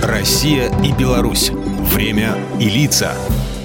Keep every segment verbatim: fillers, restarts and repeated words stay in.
Россия и Беларусь. Время и лица.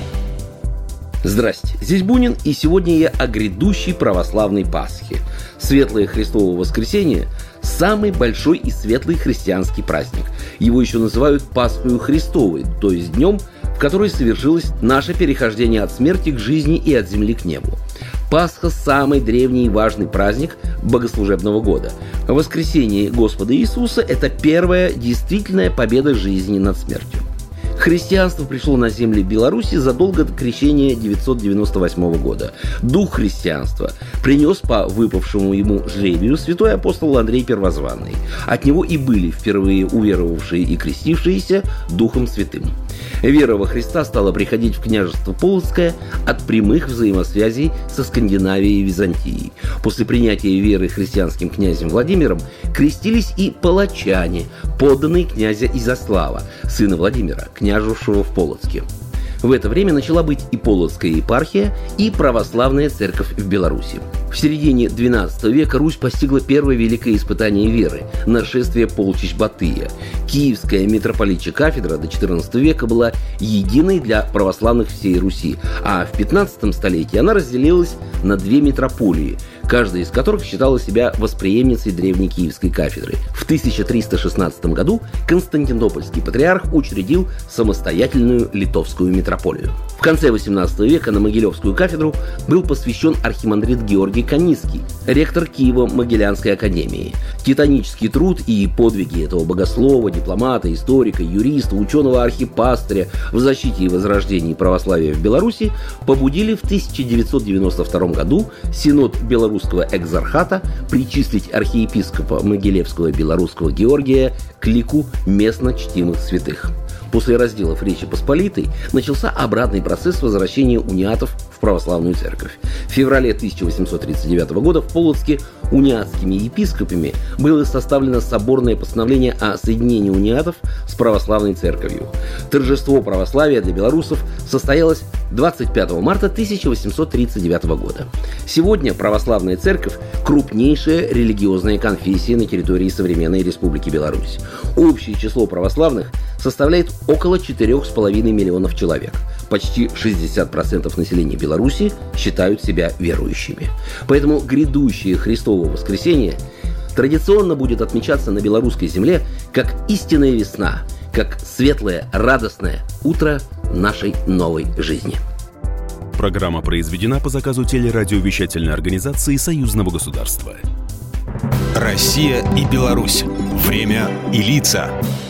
Здрасте, здесь Бунин, и сегодня я о грядущей православной Пасхе. Светлое Христово воскресенье – самый большой и светлый христианский праздник. Его еще называют Пасхою Христовой, то есть днем, в который совершилось наше перехождение от смерти к жизни и от земли к небу. Пасха – самый древний и важный праздник богослужебного года. Воскресение Господа Иисуса – это первая действительная победа жизни над смертью. Христианство пришло на земли Беларуси задолго до крещения девятьсот девяносто восьмого года. Дух христианства принес по выпавшему ему жребию святой апостол Андрей Первозванный. От него и были впервые уверовавшие и крестившиеся Духом Святым. Вера во Христа стала приходить в княжество Полоцкое от прямых взаимосвязей со Скандинавией и Византией. После принятия веры христианским князем Владимиром крестились и палачане, подданные князя Изяслава, сына Владимира, княжившего в Полоцке. В это время начала быть и Полоцкая епархия, и православная церковь в Беларуси. В середине двенадцатого века Русь постигла первое великое испытание веры – нашествие полчищ Батыя. Киевская митрополичья кафедра до четырнадцатого века была единой для православных всей Руси, а в пятнадцатом столетии она разделилась на две митрополии, каждая из которых считала себя восприемницей древней Киевской кафедры. В тысяча триста шестнадцатом году Константинопольский патриарх учредил самостоятельную литовскую митрополию. В конце восемнадцатого века на Могилевскую кафедру был посвящен архимандрит Георгий Каницкий, ректор Киево-Могилянской академии. Титанический труд и подвиги этого богослова, дипломата, историка, юриста, ученого-архипастыря в защите и возрождении православия в Беларуси побудили в тысяча девятьсот девяносто втором году Синод Белорусского экзархата причислить архиепископа Могилевского белорусского Георгия к лику местно чтимых святых. После разделов Речи Посполитой начался обратный процесс возвращения униатов в православную церковь. В феврале тысяча восемьсот тридцать девятого года в Полоцке униатскими епископами было составлено соборное постановление о соединении униатов с православной церковью. Торжество православия для белорусов состоялось двадцать пятого марта тысяча восемьсот тридцать девятого года. Сегодня православная церковь – крупнейшая религиозная конфессия на территории современной Республики Беларусь. Общее число православных составляет около четырех с половиной миллионов человек. Почти шестьдесят процентов населения Беларуси считают себя верующими. Поэтому грядущее Христово воскресенье традиционно будет отмечаться на белорусской земле как истинная весна, как светлое, радостное утро нашей новой жизни. Программа произведена по заказу телерадиовещательной организации Союзного государства. Россия и Беларусь. Время и лица.